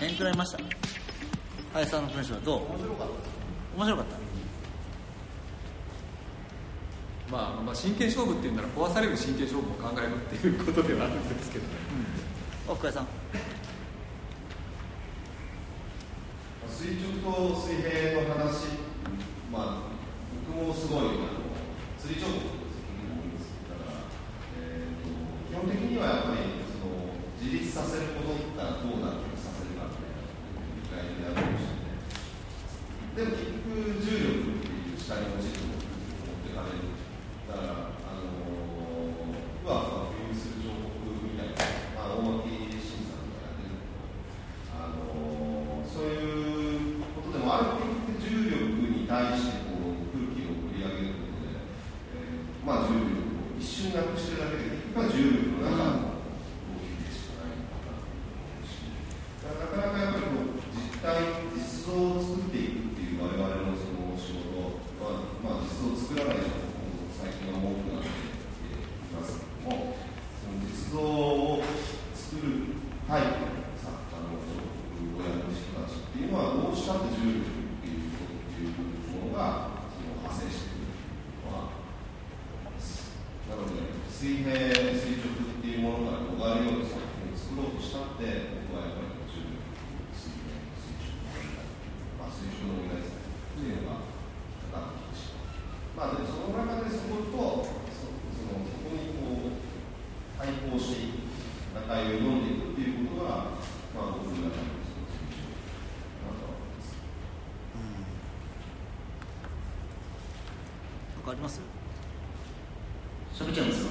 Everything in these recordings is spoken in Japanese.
面食らいました。林さんの文章はどう？面白かった。 まあ真剣勝負っていうなら壊される真剣勝負を考えるっていうことではあるんですけどね。 奥谷さん。 垂直と水平の話、僕もすごい釣り彫刻という責任が多いんです。だから、基本的にはやっぱりその自立させることがどう納得させるかみたいな理解であるかもしれない。でも結局重力っていう下に落ちると持ってかれる。だからふわふわ浮遊する彫刻みたいな、大巻慎さんとかやってるそういうことでもある程度重力に対してこう空気を振り上げることで、重力を一瞬なくしてるだけで結局は重力の中の動きでしかないのかなと思うし、なかなかやっぱりこう実像を作っていくっていう我々のその仕事は、実像を作らないと最近は多くなっていますけども、その実像を作るタイプの作家の親の人たちっていうのはどうしたって重力っていうものがその派生してくるのはなので水平垂直っていうものから逃れようと作品を作ろうとしたって僕はやっぱり重力水平垂直の問題ですねっていうのがかかってきてしまう。でその中でそことそこにこう対抗していく戦いを挑んでいくっていうことが僕の中でわかります？喋っちゃうんですよ。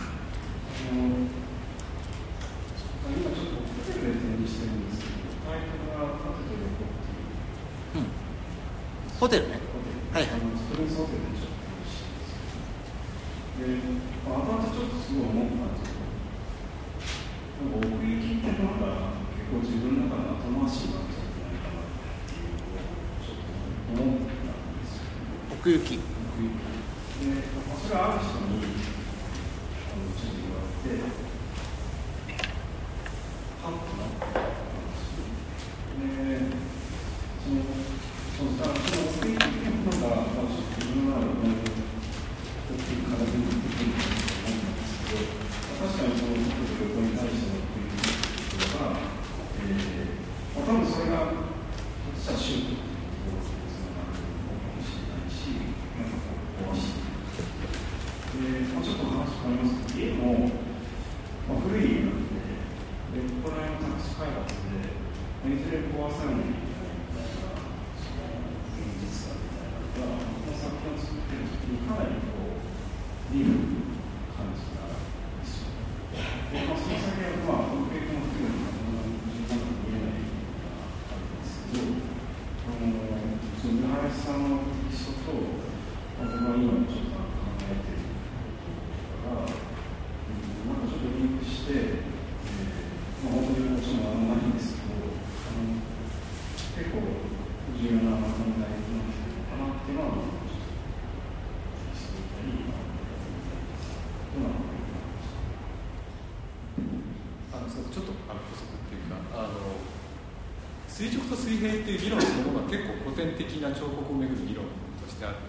今ちょっとホテルで展示してるんですけど、タイトルが縦と横っていう。 ホテルね。はい。 ストレスホテルでちょっと展示してるんです。で、後々ちょっとすごい思ったんですけど、奥行きってなんか結構自分の中で後回しになっちゃってないかなっていうのをちょっと思ったんですよ。 奥行き。 でそれはある人に知事があってハッとなった話でその奥行きっていうのがちょっと自分の中で大きい形にできると思うんですけど、確かにその横に対しての奥行きっていうのが多分それが写真というところにつながるのかもしれないし、壊してちょっと話変わりますけど、家も、古い家なので、ここら辺の宅地開発で、いずれ壊されないといけないみたいな、現実感みたいなのが、この作品を作っているときにかなりリアルな感じがします。その先は、運営も含めて、自分の見えないのがあるんですけど、その村林さんのテキストと、僕は今ちょっと考えているなんかちょっとリンクして、本当にもちろんないんですけど、結構重要な問題になっているのかなっていうのは、ちょっとしていたり、 ちょっと補足っていうか、垂直と水平っていう議論そのものは結構古典的な彫刻をめぐる議論としてあって。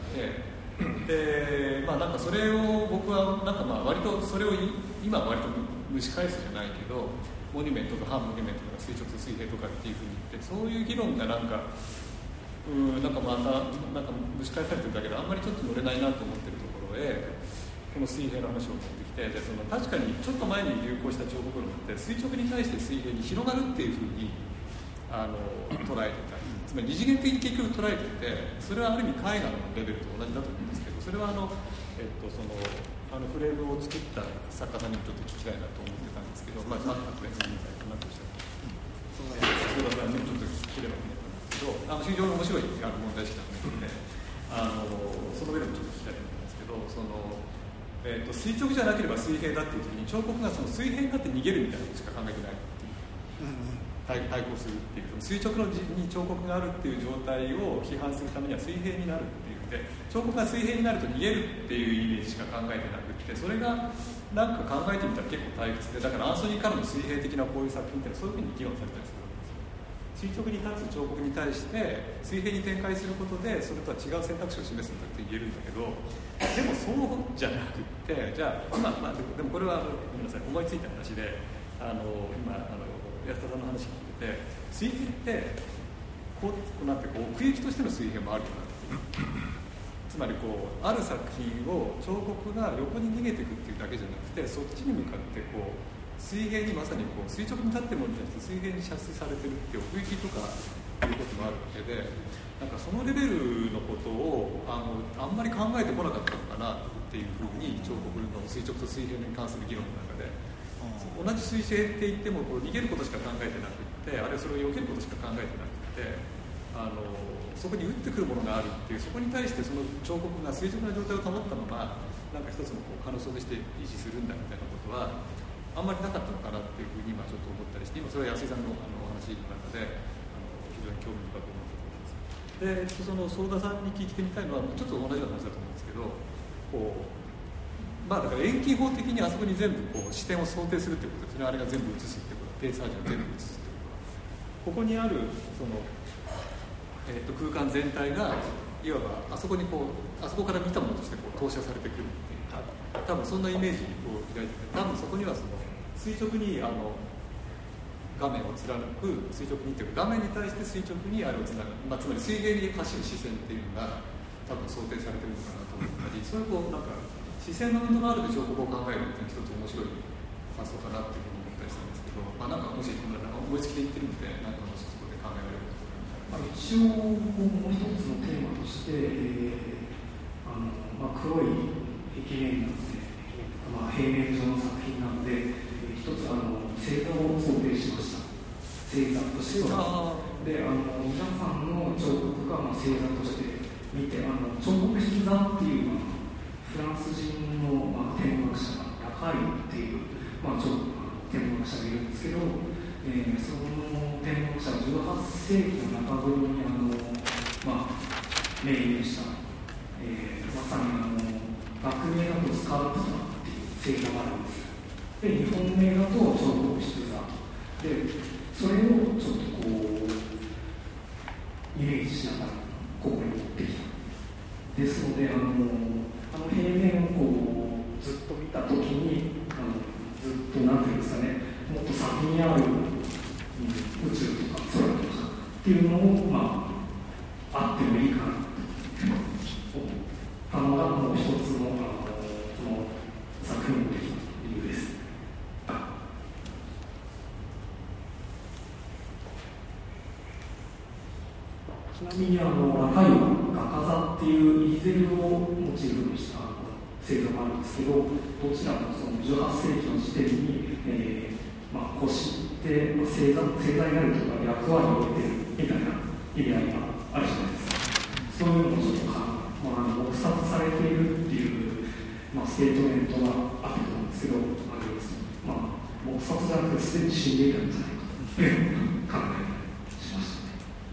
でなんかそれを僕はなんか割とそれを今は割と蒸し返すじゃないけどモニュメントと反モニュメントとか垂直と水平とかっていうふうに言ってそういう議論がなんかまたなんか蒸し返されてるだけであんまりちょっと乗れないなと思ってるところへこの水平の話を持ってきてで確かにちょっと前に流行した彫刻論って垂直に対して水平に広がるっていうふうに捉えてたりつまり二次元的に結局捉えててそれはある意味絵画のレベルと同じだと思うんですけどそれはフレームを作った作家さんにもちょっと聞きたいなと思ってたんですけど別にみたいな何としたらそれはちょっと聞ければいいと思うんですけど非常に面白い問題意識だと思うのでその上でもちょっと聞きたいと思うんですけど垂直じゃなければ水平だっていう時に彫刻がその水平になって逃げるみたいなことしか考えてないっていう。対抗するっていう垂直に彫刻があるっていう状態を批判するためには水平になるっていうで彫刻が水平になると逃げるっていうイメージしか考えてなくってそれがなんか考えてみたら結構退屈でだからアンソニー・カルの水平的なこういう作品ってそういうふうに議論されたりするわけですよ。 垂直に立つ彫刻に対して水平に展開することでそれとは違う選択肢を示すんだって言えるんだけど、でもそうじゃなくってじゃあ今、でもこれはごめんなさい思いついた話で今安田さんの話聞いてて水平ってこうなんてこう奥行きとしての水平もあるよなっていうつまりこうある作品を彫刻が横に逃げていくっていうだけじゃなくてそっちに向かってこう水平にまさにこう垂直に立ってるものに対して水平に射出されてるっていう奥行きとかいうこともあるわけで、なんかそのレベルのことをあんまり考えてこなかったのかなっていうふうに彫刻の垂直と水平に関する議論の中で、同じ水平って言ってもこう逃げることしか考えてなくってあるいはそれを避けることしか考えてなくってそこに打ってくるものがあるっていうそこに対してその彫刻が垂直な状態を保ったままなんか一つのこう可能性として維持するんだみたいなことはあんまりなかったのかなっていうふうに今ちょっと思ったりして今それは安井さんのお話の中で非常に興味深く思ったところです。でその相田さんに聞いてみたいのはちょっと同じような話だと思うんですけどこうだから遠近法的にあそこに全部こう視点を想定するっていうことですね。あれが全部映すってことペーサージを全部映すってことはここにあるその、空間全体がいわばあそこにこうあそこから見たものとしてこう投射されてくるっていう多分そんなイメージを抱いてて多分そこにはその垂直に画面を貫く垂直にっていうか画面に対して垂直にあれをつなぐ、つまり水平に走る視線っていうのが多分想定されてるのかなと思ったりそういうこうなんか視線の運動があるで彫刻を考えるっていうのは一つ面白い発想かなっていうふうに思ったりしたんですけど、なんかもし思いつきで言ってるのでなんかもしそこで考えられる一応もう一つのテーマとして、黒い壁面なので、平面上の作品なので一つ星座を想定しました。星座としてはで皆さんの彫刻が星座として見て彫刻筆座っていうフランス人の天文学者がラカイっていう天文学者がいるんですけど、その天文学者は18世紀の中頃に命名した、まさに学名だとスカルプターっていう星座があるんです。で日本名だと彫刻筆座でそれをちょっとこうイメージしながらここに持ってきた。ですので平面をこうずっと見たときにずっとなんていうんですかねもっと先にある、宇宙とか空とかっていうのをあってもいいかなと思ったのがもう一つのその作品のできた理由です。ちなみに赤い画家座っていうイーゼルをモチーフにした星座があるんですけど、どちらもその18世紀の時点に、星って星座になるとか役割を得てるみたいな意味合いがあるじゃないですか。そういうのをちょっと黙殺されているっていう、ステートメントがあったと思うんですけど、黙殺じゃなくてすでに死んでいたんじゃないかという考えしました。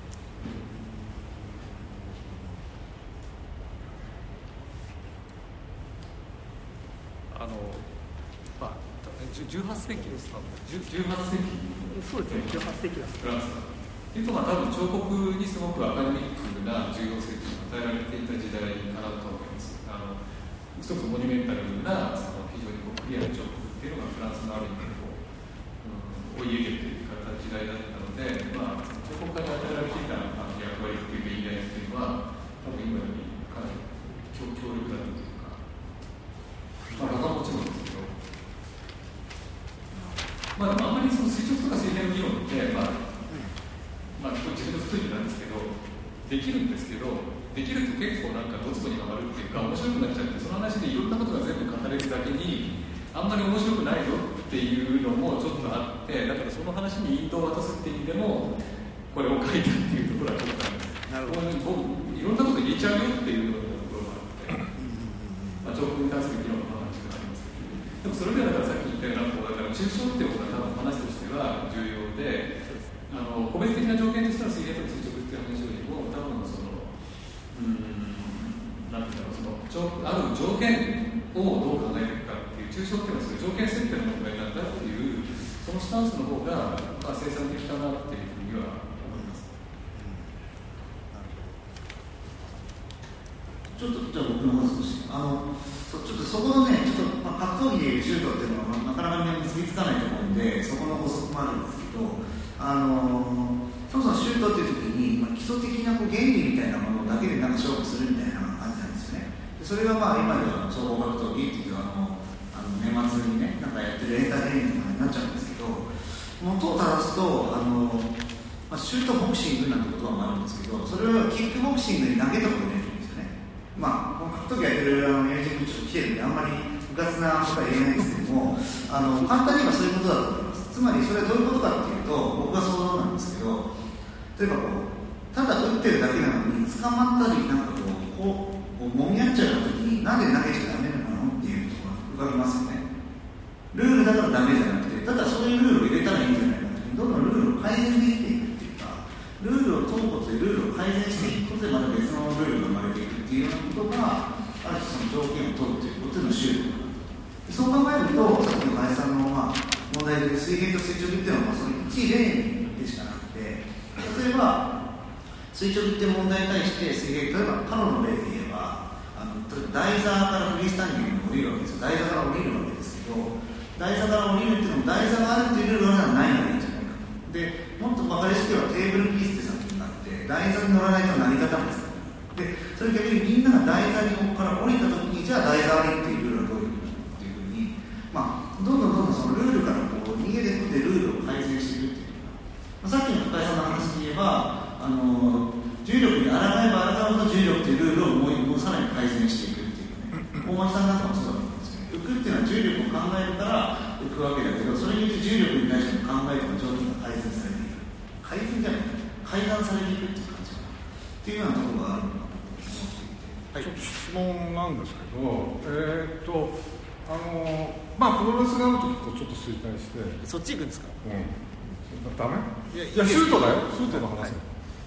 18世紀ですか18世紀そうですね、18世紀だフランスというと多分彫刻にすごくアカデミックな重要性が与えられていた時代かなと思います。一つモニュメンタルな非常にクリアな彫刻っていうのがフランスのある意味でお家芸という時代だったので、彫刻家に与えられていた役割っていう意味合いっていうのは多分今よりかなり強力だというか、画家ももちろんですけど、でもあんまりその垂直とか水平の議論って自分の太いなんですけどできるんですけどできると結構なんかどつぼにはまるっていうか面白くなっちゃってその話でいろんなことが全部語れるだけにあんまり面白くないぞっていうのもちょっとあってだからその話に引導を渡すっていう意味でもこれを書いたっていうところはちょっとあるんです。いろんなこと言えちゃうよっていうところがあって彫刻に関する議論の話がありますけどでもそれではだからさっき言ったようなだから抽象っていうことが多分話としては重要で個別的な条件としては水平とか垂直っていう話よりも多分なんていうのある条件をどう考えていくかっていう抽象っていうのはそれ条件設定の問題なんだっていうそのスタンスの方が生産的かなっていうふうには思いじゃあ僕の方少しちょっとそこのねちょっと、格闘技でいうシュートっていうのはなかなか結びつかないと思うんでそこの補足もあるんですけどそもそもシュートっていう時に、基礎的な原理みたいなものだけで勝負するみたいな感じなんですよね。でそれが今では総合格闘技っていう年末にねやってるエンターテインメントになっちゃうんですけど元を正すとシュートボクシングなんて言葉もあるんですけどそれをキックボクシングに投げたことできるんですよね。この格闘技やってる友人部長来てるんであんまり複雑なことは言えないんですけども簡単に言えばそういうことだと思います。つまりそれはどういうことかっていうと僕は想像なんですけど例えばただ打ってるだけなのに捕まったりこう揉み合っちゃう時になんで投げちゃダメなのっていうところが浮かびますよね。ルールだからダメじゃなくてただそういうルールを入れたらいいんじゃないかとどんどんルールを改善できていくっていうかルールを問うことでルールを改善していくことでまた別のルールが生まれていくっていうようなことがある種その条件を取るということのシュートそう考えるとさっきの林さんの問題で水平と垂直っていうのはその一例でしかなくて例えば垂直って問題に対して水平例えばカロの例で言えば例えば台座からフリースタンディングに降りるわけですよ。台座から降りるわけですけど台座から降りるっていうのも台座があるっていうルールがないのがいいんじゃないかと。でもっと分かりやすくはテーブルピースってさっきがあって台座に乗らないと成り立たないですからでそれ逆にみんなが台座から降りた時にじゃあ台座ありっていうルールはどういうことっていうふうにどんどんそのルールから逃げていくってルールを改善していくっていうか、さっきの深井さんの話で言えば重力に抗えば抗うほど重力っていうルールをもうさらに改善していくっていうかね大町さんなんかもそうだと思うんですけど浮くっていうのは重力を考えるから浮くわけだけどそれによって重力に対しての考えとか条件が改善されていく改善じゃない改ざんされていくっていう感じかなっていうようなところがあるのかなと思っていて、はい、 ちょっと質問なんですけどプロレスがあるときちょっと衰退してそっち行くんですか？ ダメ？いやシュートだよシュートの話、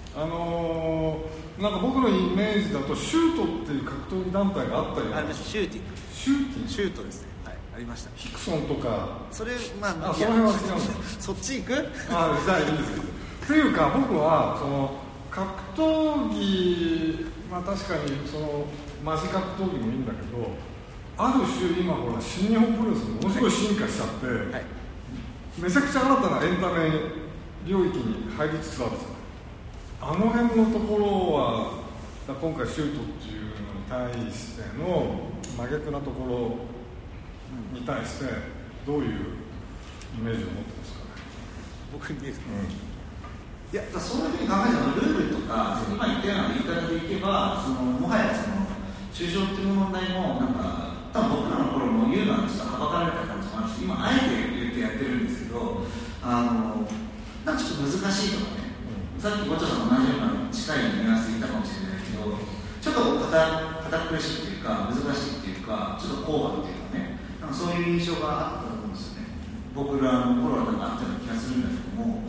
なんか僕のイメージだとシュートっていう格闘技団体があったようなありました。シューティングシュートですね。はいありました。 ヒクソンとかそれその辺は違うんだそっち行く？ じゃあいいんですけどっていうか僕はその格闘技確かにそのマジ格闘技もいいんだけどある種今ほら新日本プロレスものすごい進化しちゃって、めちゃくちゃ新たなエンタメ領域に入りつつあるじゃない。あの辺のところは今回シュートっていうのに対しての真逆なところに対してどういうイメージを持ってますかね。 僕にですか、 いやそういうふうに考えたらルールとか今言ったような言い方でいけばもはや抽象っていう問題も多分僕らの頃も言うのはちょっとはばかられた感じもあるし今あえて言ってやってるんですけどちょっと難しいとかね、さっきごちゃさんと同じような近いニュアンスで言ったかもしれないけどちょっと堅苦しいっていうか難しいっていうかちょっと硬派っていうかねそういう印象があったと思うんですよね。僕らの頃はあったような気がするんだけども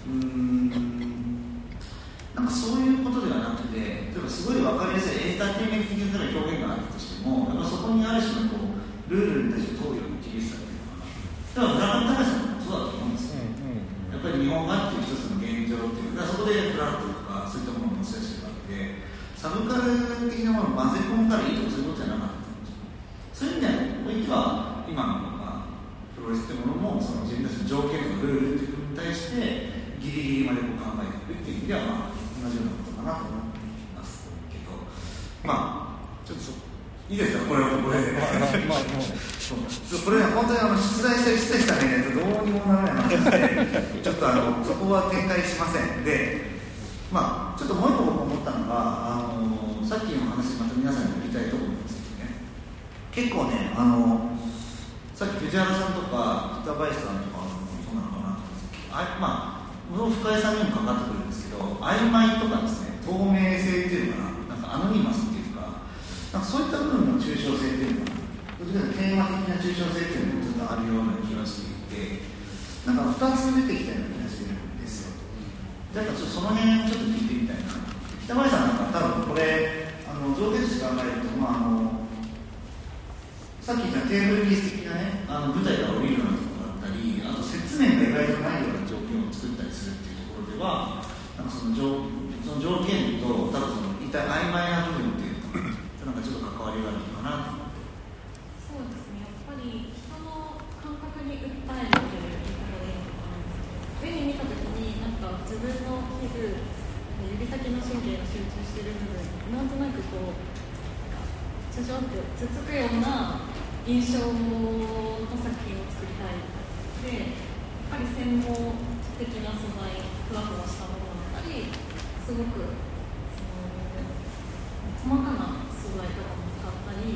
そういうことではなくて例えばすごい分かりやすいエンターテインメント的な表現があったとしてもやっぱそこにある種のルールに対して問うような厳しさっていうのかな。だから村上隆さんもそうだと思うんですよ、やっぱり日本画っていう一つの現状っていうかそこでフラットとかそういったものを載せ出してるわけでサブカル的なものを混ぜ込むからいいとかそういうことじゃなかったんですよ。そういう意味では今のプロレスってものもその自分たちの条件とかルールっていうのに対してギリギリまで考えていくっていう意味では同じようなことかなと思っていますけどちょっといいですかこれでこれは本当に出題したらねどうにもならないのでちょっとそこは展開しませんでちょっともう一個僕思ったのがさっきの話また皆さんに言いたいと思うんですけどね結構ねさっき藤原さんとか北林さんとかそうなのかなと思うんですけど深井さんにもかかってくるんですけど曖昧とかですね透明性っていうのかなアノニマスっていうかそういった部分の抽象性っていうのかなどちらかというとテーマ的な抽象性っていうのもちょっとあるような気がしていて2つ出てきたような気がしてるんですよ。だからちょっとその辺ちょっと聞いてみたいな。北林さんなんか多分これ条件として考えるとさっき言ったテーブルピース的なね舞台が降りるようなところだったりあと説明が意外とないような条件を作ったりするっていうところではその条件と多分その曖昧な部分っていうのなんかちょっと関わりがあるのかなと思って。 そうですね、やっぱり人の感覚に訴えるというところでいいのかな。目に見たときになんか自分の皮膚、指先の神経が集中している部分、なんとなくこうちょちょってつっつくような印象の作品を作りたい。で、やっぱり専門的な素材、ふわふわしたものだったり、すごく細かな素材とかも使ったり、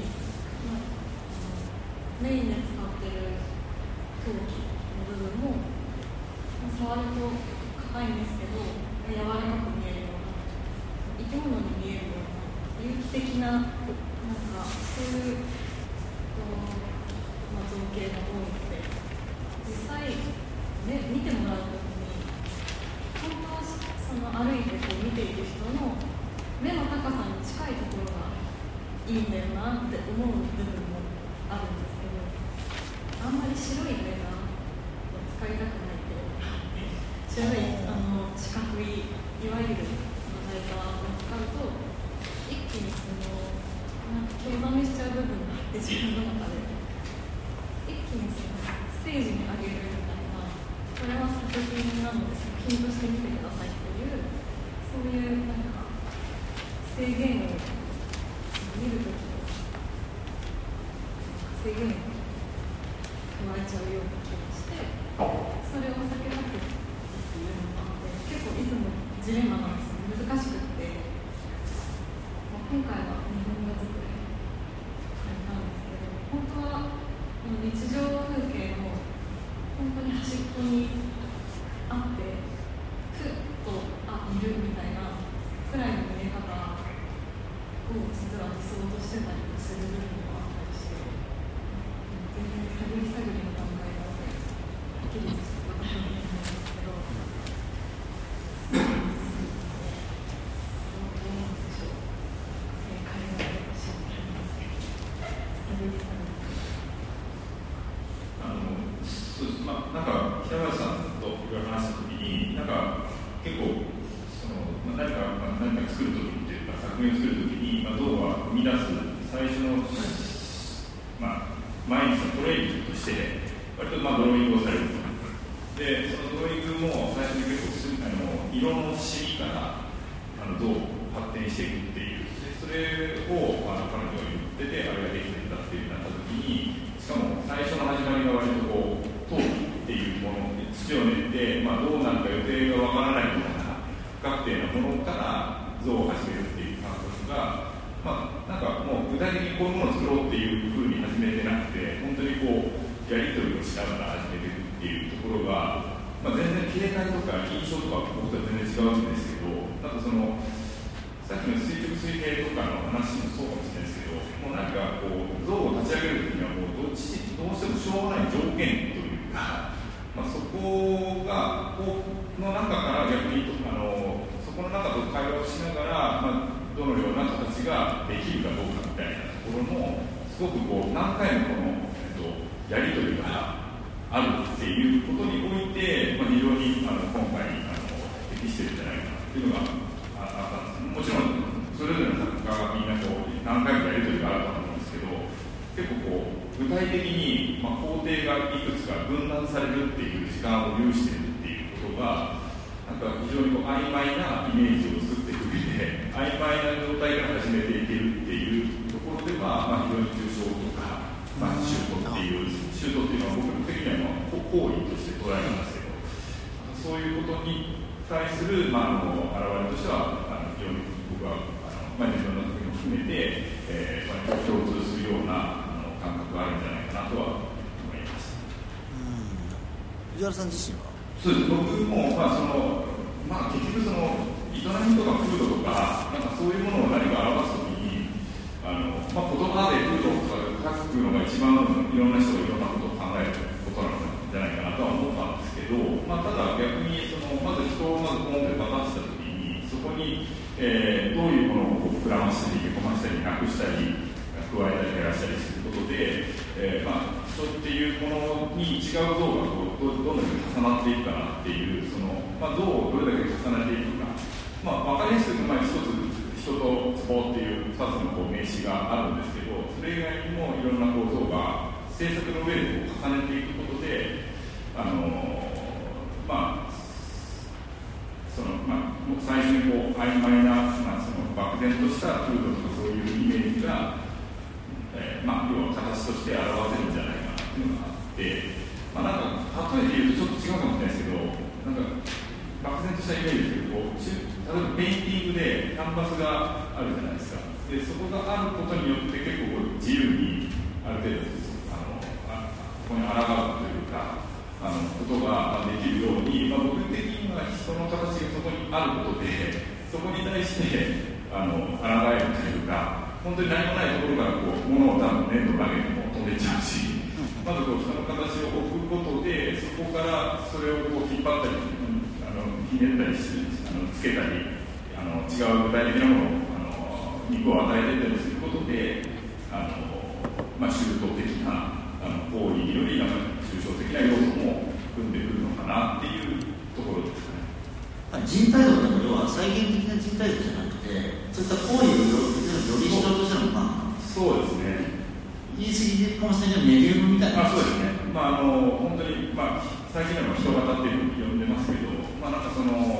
メインで使ってる陶器の部分も触ると硬いんですけど柔らかく見えるような、生き物に見えるような有機的な、なんかそういう、造形が多いので、実際、ね、見てもらうときに本当はその歩いてこう見ている人の目の高さに近いところがいいんだよなって思う部分もあるんですけど、あんまり白いレーザーを使いたくないっていうのがあって、白い四角いいわゆるレーザーを使うと一気になんか興ざめしちゃう部分があって、自分の中で一気にステージに上げるみたいな、これは作品なので作品として見てくださいっていう、そういうなんか制限を見るときに制限を加えちゃうような気がして、それを避けたくっていうのがあって、結構いつもジレンマなんですよ。難しくって、今回は日本画作りなんですけど、本当は日常風景の本当に端っこにあって、ふっといるみたいなくらいの見え方を実は理想としてたりする部分もあったりして、全然探り探りの段階なのではっきりとしたことは言えないんですけど、どうなんでしょう、正解がよろしいと思いますけど、探り探り。 そうです、なんか北林さんといろいろ話したときに、なんか結構何か作るときっていうか、作品を作るときに、像が生み出す最初の、毎日のトレーニングとして割とドローイングをされると。で、そのドローイングも最初に結構色のシミから像を発展していくっていう、でそれを彼女が言ってて、あれができていたっていうなったときに、しかも最初の始まりが割とこう陶器っていうもので土を練って、どうなるか予定がわからないような不確定なものから像を始めるっていう感覚が、なんかもう具体的にこういうものを作ろうっていうふうに始めてなくて、本当にこうやり取りをしながら始めていくっていうところが、全然形態とか印象とか僕とは全然違うんですけど、なんかさっきの垂直水平とかの話もそうかもしれないですけど、もうなんかこう像を立ち上げるときにはもうどうしてもしょうがない条件というか、そこがの中から逆にそこの中と会話をしながら、どのような形ができるかどうかみたいなところもすごくこう何回もやり取りがあるっていうことにおいて、非常に今回に適してるんじゃないかなっていうのがあったんです。もちろんそれぞれの作家がみんな何回もやり取りがあると思うんですけど、結構具体的に工程がいくつか分断されるっていう時間を有しているっていうことがなんか非常に曖昧なイメージを作っていく上で、曖昧な状態から始めていけるっていうところでは、非常に抽象とか、シュートっていうのは僕的には行為として捉えますけど、そういうことに対する、表れとしては非常に僕は自分の作品も含めて、共通するような感覚があるんじゃないかなとは思います。 藤原さん自身はそうです。僕も、結局営みとか風土とか、そういうものを何か表すときに、言葉で風土とか書くのが一番いろんな人がいろんなことを考えることなんじゃないかなとは思ったんですけど、ただ逆にまず人をポンって立たせたときに、そこに、どういうものを膨らましたり、へこましたり、なくしたり、加えたり減らしたりすることで、人っていうものに違う像がどんどん重なっていくかなっていう、像をどれだけ重ねていくか、分かりやすく一人と壺っていう2つのこう名詞があるんですけど、それ以外にもいろんな構造が制作の上でこう重ねていくことで、最初にこう曖昧な、その漠然とした風土とかそういうイメージが、要は形として表せるんじゃないかなっていうのがあって、なんか例えて言うとちょっと違うかもしれないですけど、なんか漠然としたイメージですけど、例えばペインティングでキャンバスがあるじゃないですか。でそこがあることによって結構こう自由にある程度ここに抗うというかことができるように、僕的には人の形がそこにあることで、そこに対して抗えるというか、本当に何もないところからこう物を多分粘土を投げても飛んでいっちゃうし、まずこう人の形を置くことで、そこからそれをこう引っ張ったりひねったりつけたり違う具体的なものを肉を与えていったりすることで宗教的な行為より抽象的な要素も含んでくるのかなっていうところですかね。 人体像っていうのは再現的な人体像じゃなくて、そういった行為をより人としてのそうですね。 言い過ぎかもしれないけどメディウムみたいな。 そうですね。本当に最近では人型っていうふうに呼んでますけど、なんか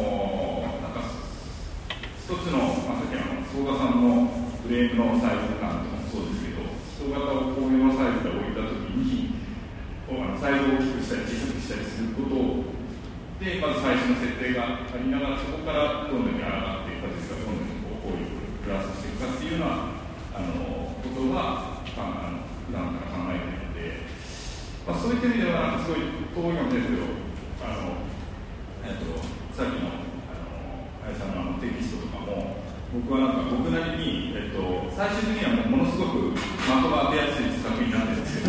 一つの、さっき相田さんのフレームのサイズ感とかもそうですけど、人型をこういうサイズで置いたときにサイズを大きくしたり小さくしたりすることで、まず最初の設定がありながら、そこからどんどん上がっていくかですか、どんどんこういうプラスしていくかっていうようなことが普段から考えているので、そういった意味ではすごい遠いかもしれないですけど、さっきの林さんのテキストとかも、僕は僕なりに、最終的にはものすごく的が当てやすい作品になってるんですけ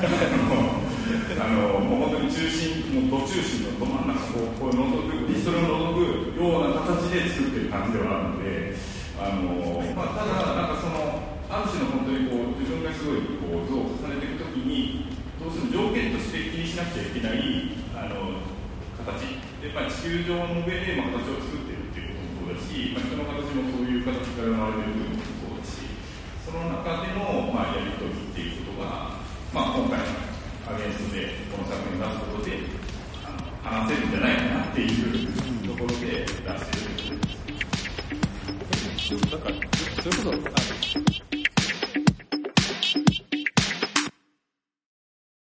どもう本当に中心、もうど中心のど真ん中こう覗く、ピストルを覗くような形で作ってる感じではあるので、ただなんかある種の本当にこう自分がすごいこう像を重ねていくときに、どうしても条件として気にしなくちゃいけない形で、地球上の上で形を作っているっていうこともそうだし、人の形もそういう形から生まれているということもそうだし、その中でのやり取りっていうことが、今回アゲンストでこの作品を出すことで話せるんじゃないかなっていうところで出している。 だからそれこそ